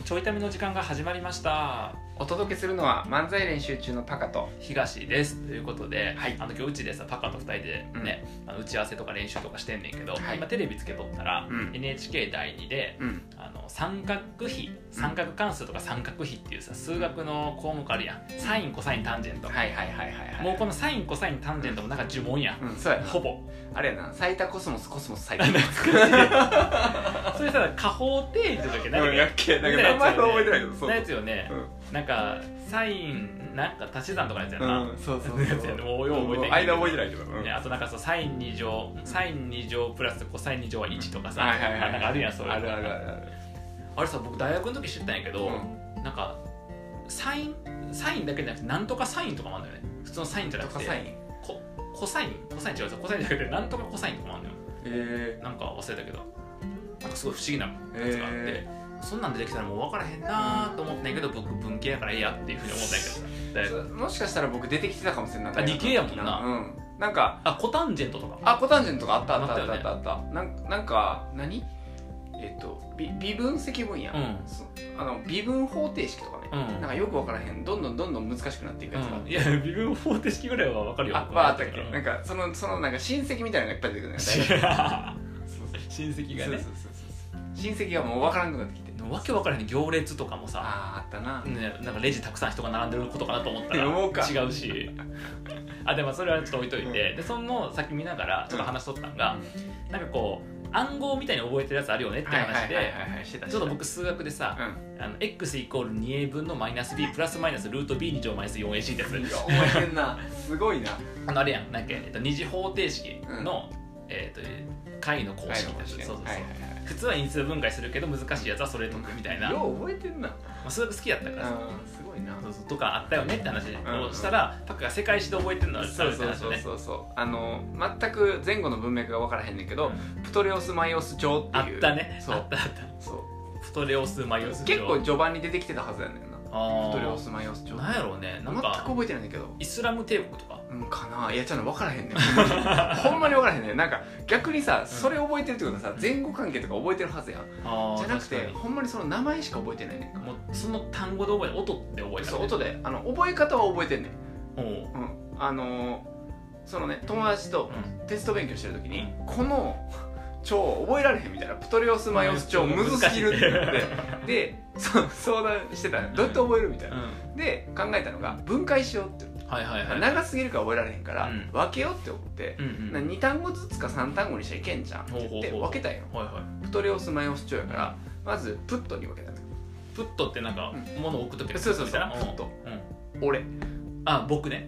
ちょいための時間が始まりました。 お届けするのは漫才練習中のパカと東ですということで、 はい、 今日うちでさパカと2人でね、打ち合わせとか練習とかしてんねんけど、 はい、 今テレビつけとったら、NHK 第2で、三角比、三角関数とか三角比っていうさ数学の項目あるやん。サインコサインタンジェント、もうこのサインコサインタンジェントもなんか呪文やん、 そうやな、 ほぼあれやな、最多コスモス最多それさ、加法定時の時何やっけ、なんか名前は覚えてないけど、 そうなやつよね、なんかサインなんか足し算とかのやつやな、 そうやつやね、もうよう覚えてない、間覚えてないけど、 あとなんかさ、サイン2乗プラスコサイン2乗は1とかさ、なんかあるやん、そういうの。あれさ、僕大学の時知ったんやけど、なんかサインだけじゃなくてなんとかサインとかもあるんだよね。普通のサインじゃなくてコサイン違うさ、コサインじゃなくてなんとかコサインとかもあるのよ。なんか忘れたけど、なんかすごい不思議なやつがあって、そんなん出てきたらもう分からへんなと思ったんやけど、僕文系やからええやっていうふうに思ったんやけどさ、 もしかしたら僕出てきてたかもしれない。 理系やもんな。 なんかコタンジェントとか、 コタンジェントがあったなんか何微分積分や、微分方程式とかね、なんかよく分からへん、どんどん難しくなっていくやつがあって、 いや微分方程式ぐらいは分かるよ。 あったっけ。なんかそのなんか親戚みたいなのがいっぱい出てくるね。 親戚がね、 親戚がもう分からんくなってきて、 わけ分からへん。行列とかもさ、 あったな、 なんかレジたくさん人が並んでることかなと思ったら違うしでもそれはちょっと置いといて、でその先見ながらちょっと話しとったんが、なんかこう暗号みたいに覚えてるやつあるよねって話で、ちょっと僕数学でさ、x イコール 2a 分のマイナス b プラスマイナスルート b 2乗マイナス 4ac ってやつ。 覚えてんな、すごいな。 あれやん、なんか二次方程式の解の公式ってやつ。そう普通は因数分解するけど難しいやつはそれ解くみたいな。 よう覚えてんな。 数学好きやったからさ、 すごいな。 とかあったよねって話をしたら、パクが世界史で覚えてるのはそう全く前後の文脈が分からへんねんけど、プトレオスマイオス朝っていう、 あったね、あったプトレオスマイオス朝、 結構序盤に出てきてたはずやねんな。プトレオスマイオス朝なんやろうね、なんか全く覚えてないんだけど、 イスラム帝国とかかな。いやちゃんと分からへんねんほんまに分からへんねん。なんか逆にさ、それ覚えてるってことはさ、前後関係とか覚えてるはずやん。じゃなくてほんまにその名前しか覚えてないねん。 もうその単語で覚えて、音で覚えてる。 そう、音で覚え方は覚えてんねん。そのね、友達とテスト勉強してる時に、この超覚えられへんみたいな、プトレオスマイオス超むずすぎるって言ってで相談してたの、どうやって覚えるみたいな、で考えたのが分解しようって、長すぎるから覚えられへんから分けようって思って、2単語ずつか3単語にしちゃいけんじゃんって言って分けたんよ。プトレオスマイオス超やから、まずプットに分けたの。 プットってなんか物を置くとき、 そうプット、俺、 僕ね、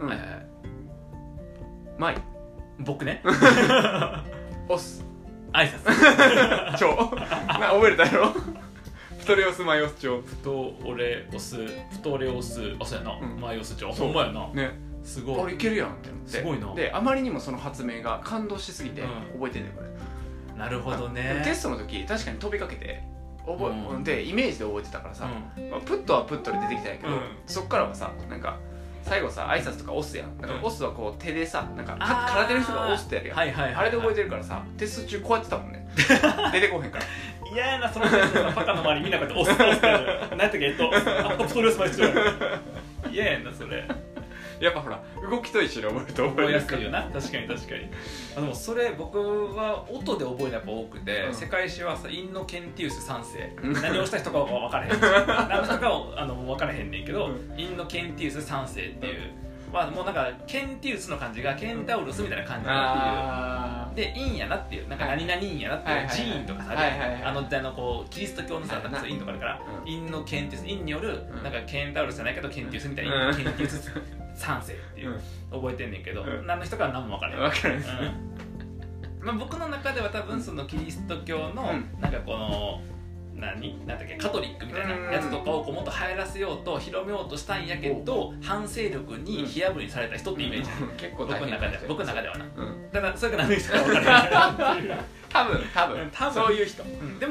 マイ、 僕ねオス、 挨拶超覚えれたやろプトレオスマイオス超、 プトレオス、そうやな、マイオス超、ほんまやなね。すごい、 あれいけるやんって思って、 すごいな。 であまりにもその発明が感動しすぎて覚えてんねんこれ。 なるほどね。 テストの時確かに飛びかけてでイメージで覚えてたからさ、プットはプットで出てきたんやけど、そっからはさ、なんか最後さ、挨拶とか押すやん。なんか押すはこう手でさ、なんか空手の人が押すってやるやん。あれで覚えてるからさ、テスト中こうやってたもんね出てこへんから。 嫌やな、そのテストのパカの周りみんなこうやって押すってやる。何やったっけ、プトレオスマイオス超嫌やなそれ。 やっぱほら、動きと一緒に覚えると覚えやすいよな。確かに。でもそれ僕は音で覚えるのやっぱ多くて、世界史はさ、インノケンティウス3世、何をした人かは分からへん何の人かは分からへんねんけど、インノケンティウス3世っていう、もうなんかケンティウスの漢字がケンタウルスみたいな感じだっていう、で、陰やなっていう、なんか何々陰やなっていう、寺院とかさ、時代のこうキリスト教のさ、陰とかあるから、インノケンティウス、陰によるなんかケンタウルスじゃないけどケンティウスみたいな、ケンティウス3世っていう覚えてんねんけど、何の人かは何も分からへん。僕の中では多分そのキリスト教のなんかこのなんだっけ、カトリックみたいなやつとかをこうもっと流行らせようと広めようとしたんやけど、反勢力に火あぶりされた人ってイメージ。 結構僕の中ではな。だからそれが何の人か分からへん。多分そういう人。でも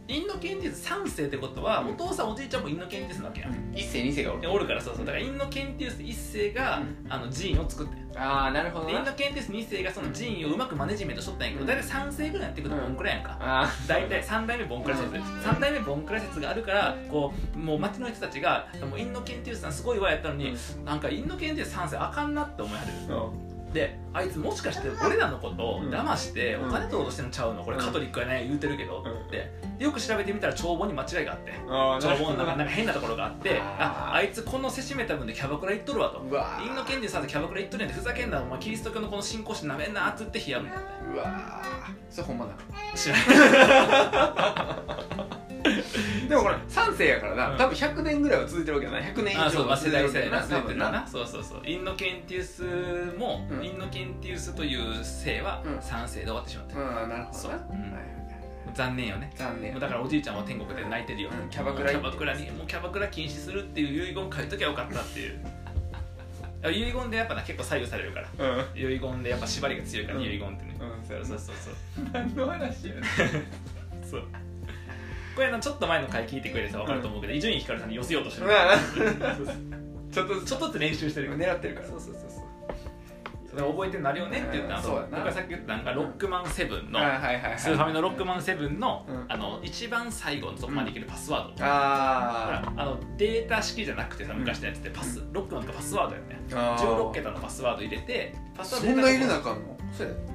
陰のケンティウス3世ってことは、お父さんおじいちゃんも陰のケンティウスなわけやん、 1世2世がおるから、そうそう、だから陰のケンティウス1世が、ジーンを作ってん。 ああなるほどな。 陰のケンティウス2世がそのジーンをうまくマネジメントしとったんやけど、大体3世ぐらいやってくるとボンクラやんか、大体3代目ボンクラ説、3代目ボンクラ説があるから、こうもう町の人たちがもう陰のケンティウスさんすごいわやったのに、なんか陰のケンティウス3世あかんなって思いはる。で、あいつもしかして俺らのことを騙してお金取ろうとしてんのちゃうの、これカトリックやね言うてるけどって、よく調べてみたら帳簿に間違いがあって、帳簿の中なんか変なところがあって、あいつこのせしめた分でキャバクラ行っとるわと、陰のケンティウスさんでキャバクラ行っとるんやんって、ふざけんなお前キリスト教のこの信仰心なめんなっつって冷やるんだって。 うわそれほんまだ知らないでもこれ3世やからな、多分100年ぐらいは続いてるわけだな、100年以上は世代世代な多分な。 そうそうそう、陰のケンティウスも、陰のケンティウスという世は3世で終わってしまった。 なるほどな。 残念よね。 残念。 だからおじいちゃんは天国で泣いてるよ。キャバクラ禁止するっていう遺言書いときゃよかったっていう。遺言でやっぱ結構左右されるから。遺言でやっぱ縛りが強いから、遺言ってね。そうそうそう。 何の話やね。 そう。これちょっと前の回聞いてくれたら分かると思うけど、伊集院光さんに寄せようとしてる。ちょっとずつ練習してる。 狙ってるから。 そう。それ覚えてなるよねって言ったの。僕がさっき言ったのがロックマン7のスーファミのロックマン7の一番最後のとこまでいけるパスワード。データ式じゃなくてさ、昔のやつってロックマンとかパスワードやね。16桁のパスワード入れて、パスワードそんな入れなあかんの？そうや。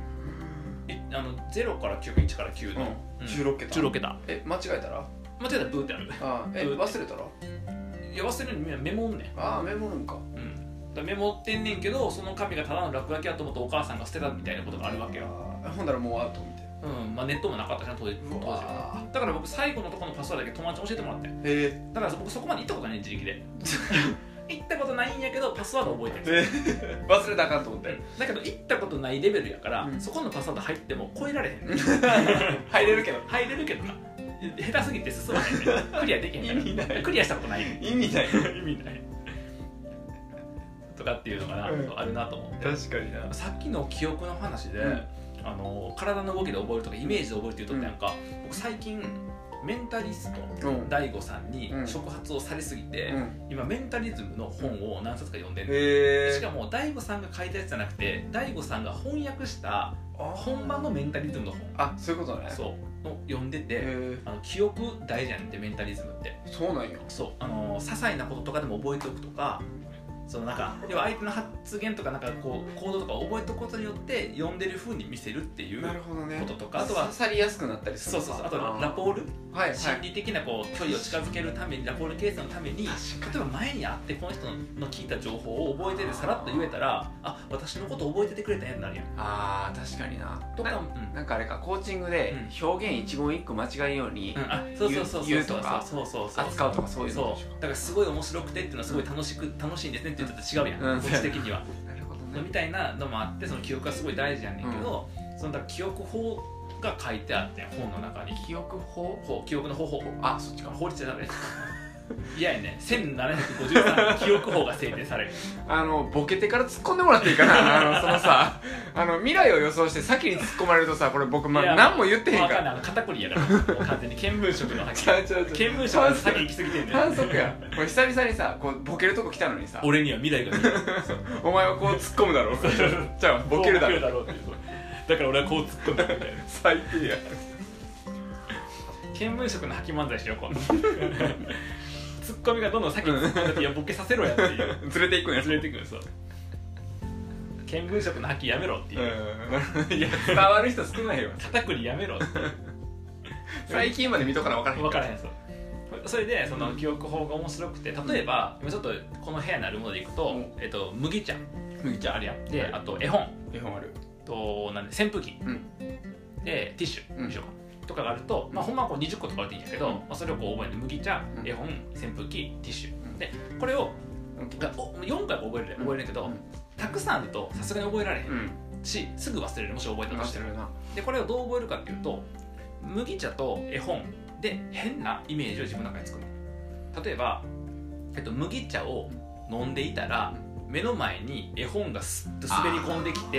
0から9か1から9の16桁。 間違えたらブーってある。 忘れたら？ いや忘れるにメモんねん。 メモるんか。 メモってんねんけど、その紙がただの落書きやと思ってお母さんが捨てたみたいなことがあるわけよ。 ほんならもうアウトみたいな。 ネットもなかったしな当時は。だから僕最後のところのパスワードだけ友達に教えてもらってん。だから僕そこまで行ったことないね、自力で。行ったことないんやけどパスワード覚えてる。 忘れたらあかんと思って。 だけど行ったことないレベルやから、そこのパスワード入っても超えられへん。 入れるけどな。下手すぎて進まへんね。クリアできへんから。クリアしたことない。 意味ない。 とかっていうのがあるなと思って。 確かにな。 さっきの記憶の話で、体の動きで覚えるとかイメージで覚えるって言うとったやんか。僕最近メンタリスト大悟さんに触発をされすぎて、今メンタリズムの本を何冊か読んでる。しかも大悟さんが書いたやつじゃなくて、大悟さんが翻訳した本場のメンタリズムの本。 そういうことね。 そうの読んでて、記憶大事やねんって、メンタリズムって。 そうなんよ。 そう、些細なこととかでも覚えておくとか、そのなんか要は相手の発言とかなんかこう行動とかを覚えておくことによって読んでる風に見せるっていうこととか、あとは刺さりやすくなったりする。 そうあとラポール、心理的なこう距離を近づけるために、ラポール形成のために、例えば前に会ってこの人の聞いた情報を覚えててさらっと言えたら、私のこと覚えててくれたんやになるやん。 確かにな。 とかなんかあれか、コーチングで表現一言一句間違えんように言うとか扱うとか、そういうの。 だからすごい面白くてっていうのはすごい楽しいんですねって言ってたら違うやん、こっち的には。 なるほどね。 みたいなのもあって、その記憶がすごい大事やねんけど、そのだから記憶法が書いてあって本の中に。 記憶法？ 記憶の方法。 そっちか。 法律じゃダメ。いやね、1753記憶法が制定される。 ボケてから突っ込んでもらっていいかな。そのさ、未来を予想して先に突っ込まれるとさ、これ僕何も言ってへんから。 肩こりやから。完全に見聞色の先。見聞色が先行き過ぎてんねん。 反則や。これ久々にさ、こうボケるとこ来たのにさ、 俺には未来が見える。 お前はこう突っ込むだろう。じゃあボケるだろうっていう。 だから俺はこう突っ込んだみたいな。 最低や。 見聞色の吐き漫才しよう今度。ツッコミがどんどん先に突っ込んでて、いやボケさせろやっていう。 ずれていくんや。 そう。見聞色の吐きやめろっていう。 いや伝わる人少ないよ。 肩こりやめろって。 最近まで見とかな分からへん。 そう。それでその記憶法が面白くて、例えば今ちょっとこの部屋にあるものでいくと、麦茶あるやん。で、あと絵本ある。扇風機でティッシュでしょうか。とかがあると、ほんまはこう20個とかあるといいんやけど、それをこう覚えて、麦茶、絵本、扇風機、ティッシュで、これを4回覚えるけど、たくさんあるとさすがに覚えられへんし、すぐ忘れる、もし覚えたとしても。でこれをどう覚えるかっていうと、麦茶と絵本で変なイメージを自分の中に作る。例えば、麦茶を飲んでいたら目の前に絵本がスッと滑り込んできて、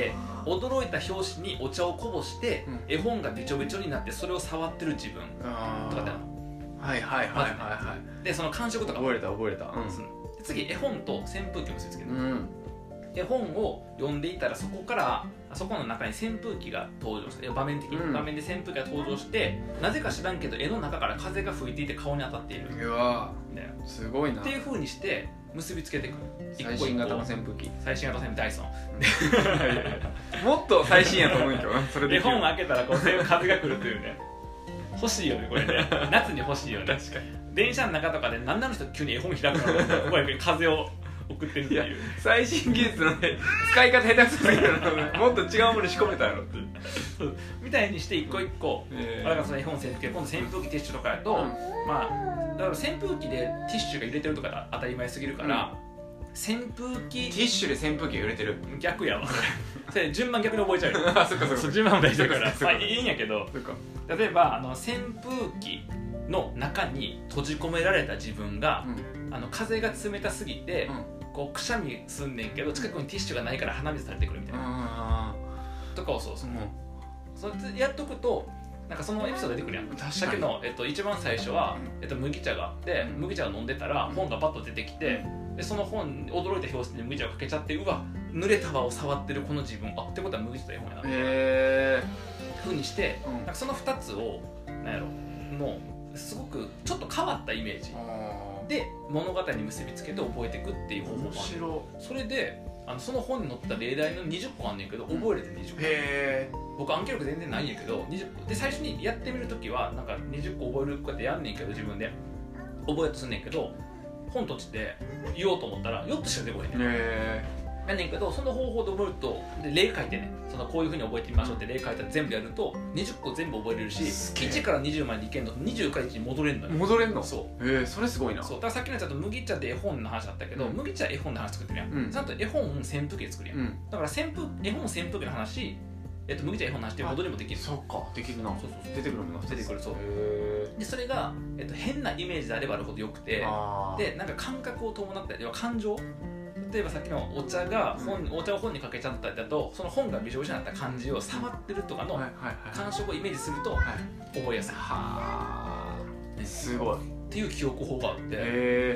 驚いた拍子にお茶をこぼして、絵本がべちょべちょになってそれを触ってる自分とかだよ。 はいはいはいはいはい。 でその感触とか覚えた覚えた。 で次絵本と扇風機を結びつける。絵本を読んでいたらそこの中に扇風機が登場して、場面的に場面で扇風機が登場して、なぜか知らんけど絵の中から風が吹いていて顔に当たっている。 うわすごいな。 っていう風にして結びつけていく。 最新型の扇風機。 最新型の扇風機ダイソン。 もっと最新やと思うんやけどな。それで絵本開けたらこう風が来るというね。欲しいよねこれね。夏に欲しいよね。確かに。電車の中とかで何なの人急に絵本開くのここに風を送ってるっていう。 最新技術のね使い方下手くそすぎるのね。もっと違うもの仕込めたやろってみたいにして一個一個、だからその絵本扇風機、今度扇風機ティッシュとかやと、まあだから扇風機でティッシュが入れてるとか当たり前すぎるから、扇風機ティッシュで扇風機が入れてる。 逆やわそれ順番逆に覚えちゃうよ。 あそっかそっか。 順番大事だからまあいいんやけど、例えば扇風機の中に閉じ込められた自分が、風が冷たすぎて、こうくしゃみすんねんけど近くにティッシュがないから鼻水垂れてくるみたいなとかをそうやっとくとなんかそのエピソード出てくるやん。だけど、一番最初は、麦茶があって麦茶を飲んでたら本がバッと出てきて、でその本驚いた表紙で麦茶をかけちゃって、うわ濡れた輪を触ってるこの自分、あってことは麦茶と絵本やなみたいなふうにして、なんかその2つをなんやろのすごくちょっと変わったイメージで物語に結びつけて覚えていくっていう方法もある。それでその本に載った例題の20個あんねんけど覚えれて20個。へー。僕暗記力全然ないんやけど20個で最初にやってみるときはなんか20個覚えるこうやってやんねんけど自分で覚えようとすんねんけど本として言おうと思ったら4つしか出てこへんねん。やねんけどその方法で覚えるとで例書いてね、こういうふうに覚えてみましょうって例書いたら全部やると20個全部覚えれるし、1から20までいけんのと20から1に戻れんのよ。 戻れんの？ そう。 それすごいな。 そうだからさっきのやつだと麦茶で絵本の話だったけど、麦茶絵本の話作ってるやん、ちゃんと絵本扇風機で作るやん、だから絵本扇風機の話、麦茶絵本の話っていう戻りもできる。 そっか、できるな。そう出てくるもんな。 出てくる。そうでそれが、変なイメージであればあるほどよくて、でなんか感覚を伴ったり感情、例えばさっきのお茶を本にかけちゃったりだとその本がびしょびしょになった感じを触ってるとかの感触をイメージすると覚えやすい。 すごいっていう記憶法があって、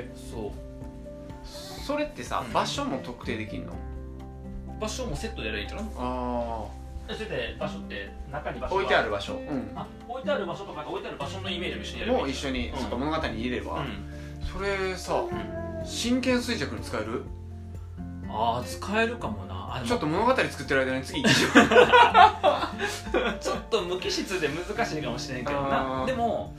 それってさ、場所も特定できんの？ 場所もセットでやればいいんじゃない？それで場所って中に場所置いてある場所、 置いてある場所とか置いてある場所のイメージも一緒にやればいい。 もう一緒に物語に入れれば、それさ真剣衰弱に使える？ 使えるかもな。 ちょっと物語作ってる間に次行きしようちょっと無機質で難しいかもしれんけどな。でも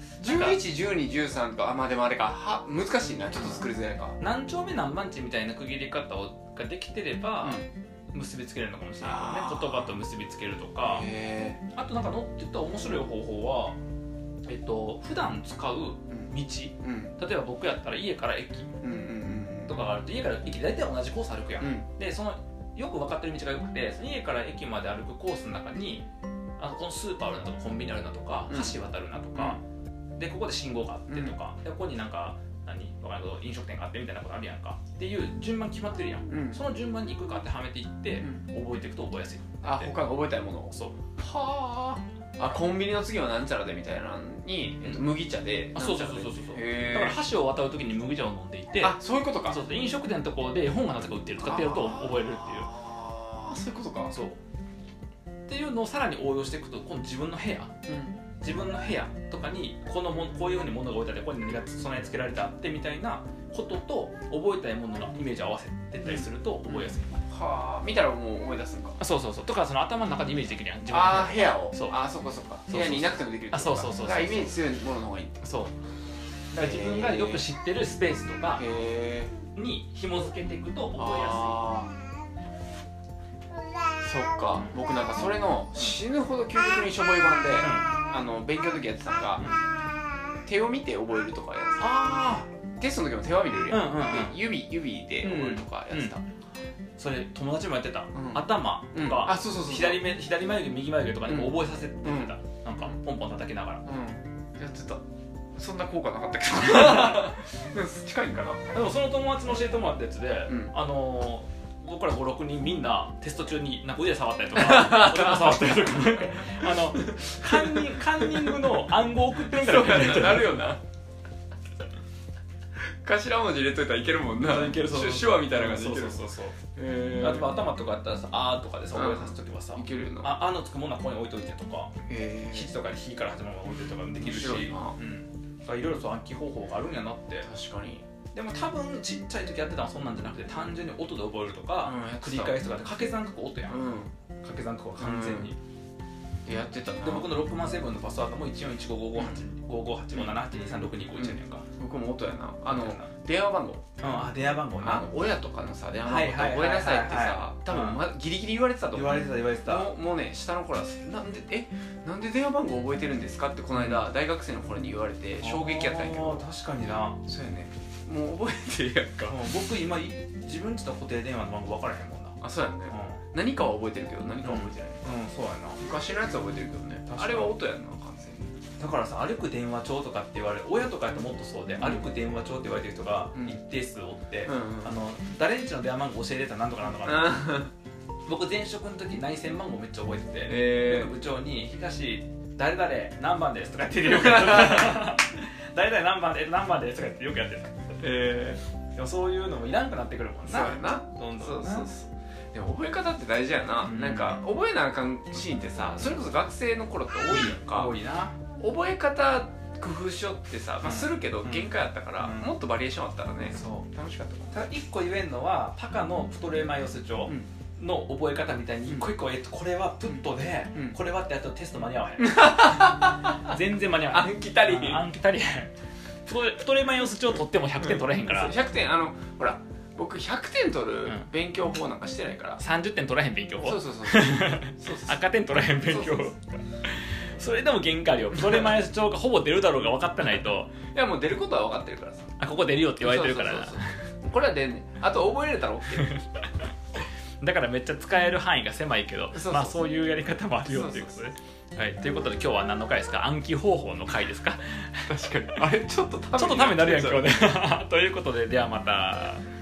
111213とかまあでもあれか難しいな、ちょっと作りづらいか。 何丁目何番地みたいな区切り方ができてれば、結びつけるのかもしれないけどね。言葉と結びつけるとか。あとなんか載ってた面白い方法は普段使う道、例えば僕やったら家から駅とかがあると家から駅大体同じコース歩くやん、でそのよく分かってる道がよくて、その家から駅まで歩くコースの中にこのスーパーあるなとかコンビニあるなとか、橋渡るなとか、でここで信号があってとか、でここになんか分からんけど飲食店があってみたいなことあるやんかっていう順番決まってるやん、その順番に行くかってはめていって覚えていくと覚えやすい。 他が覚えたいものを。 そう。 はコンビニの次はなんちゃらでみたいなのに麦茶で。 そうだから橋を渡るときに麦茶を飲んでいて、 そういうことか。 そう飲食店のところで本がなぜか売ってるとかってやると覚えるっていう。 そういうことか。 そうっていうのをさらに応用していくと、今度自分の部屋、自分の部屋とかにこういうふうに物が置いてあってここに何が備え付けられてあってみたいなことと覚えたいもののイメージを合わせてたりすると覚えやすい。 見たらもう思い出すんか。 そうとかその頭の中でイメージできるやん。 部屋を。そっか部屋にいなくてもできる。そうだからイメージ強いものの方がいい。 だから自分がよく知ってるスペースとかに紐付けていくと覚えやすい。 そっか、僕なんかそれの死ぬほど究極にしょぼい版で、勉強の時やってたのが、手を見て覚えるとかやつ。テストの時も手は見れるやん、指で覚えるとかやってた。 それ友達もやってた。頭とか左眉毛右眉毛とかに覚えさせてた。なんかポンポン叩きながらやってた。そんな効果なかったけど近いんかな。 でもその友達の教えてもらったやつで、 僕ら5、6人みんなテスト中になんか腕触ったりとか俺も触ったりとかカンニングの暗号送ってんからなるよな頭文字入れといたらいけるもんな。 いける、そう手話みたいな感じでいける。 そうあと頭とかやったらさ、あーとかでさ覚えさせとけばさ、 いけるよな。 あのつくものはここに置いといてとか、ひとかでひから始まるもの置いといてとかできるし、いろいろと暗記方法があるんやなって。 確かに。 でも多分ちっちゃい時やってたのはそんなんじゃなくて、単純に音で覚えるとか、繰り返すとかで掛け算書く音やん、掛け算書くは完全にやってたな。 で僕の607のパスワードも14155585582362551やねんか。 僕も音やな。電話番号、 電話番号な、 親とかのさ電話番号覚えなさいってさ、多分ギリギリ言われてたと思う。 言われてたもうね、下の頃はなんで電話番号覚えてるんですかってこの間大学生の頃に言われて衝撃やったんやけど。 確かにな。 そうやね、もう覚えてるやんか。 僕今自分ちの固定電話の番号分からへんもんな。 あ、そうやね。何かは覚えてるけど何かは覚えてない。 そうやな。 昔のやつは覚えてるけどね。あれは音やんな、完全に。 だからさ、歩く電話帳とかって言われる、親とかやともっとそうで、歩く電話帳って言われてる人が一定数おって、誰んちの電話番号教えてたらなんとかなんとかな僕前職の時内線番号めっちゃ覚えてて、部長に東誰々何番ですとか言ってよくやってた誰々何番ですとか言ってよくやってた。でもそういうのもいらんくなってくるもんな。 そうやな、 どんどん。 そうでも覚え方って大事やな。なんか覚えなあかんシーンってさ、それこそ学生の頃って多いやんか。 多いな。 覚え方工夫しようってさ、するけど限界あったから、もっとバリエーションあったらね、楽しかったもん。 ただ1個言えんのは、パカのプトレマイオス帳の覚え方みたいに一個一個、これはプットで、これはってやったらテスト間に合わへん全然間に合わへん。 暗記足りプトレマイオス帳取っても100点取れへんから。 100点、ほら僕100点取る勉強法なんかしてないから。 30点取らへん勉強法。 そう赤点取らへん勉強法。それでも限界あるよ。プトレマイオス帳がほぼ出るだろうが分かってないと。 いやもう出ることは分かってるからさ。 ここ出るよって言われてるからな。 これは出んねん。あと覚えれたら OK。 だからめっちゃ使える範囲が狭いけど、まあそういうやり方もあるよっていうことで。はい、ということで今日は何の回ですか？暗記方法の回ですか？ 確かに。あれちょっとためになるやん今日ね。ということで、ではまた。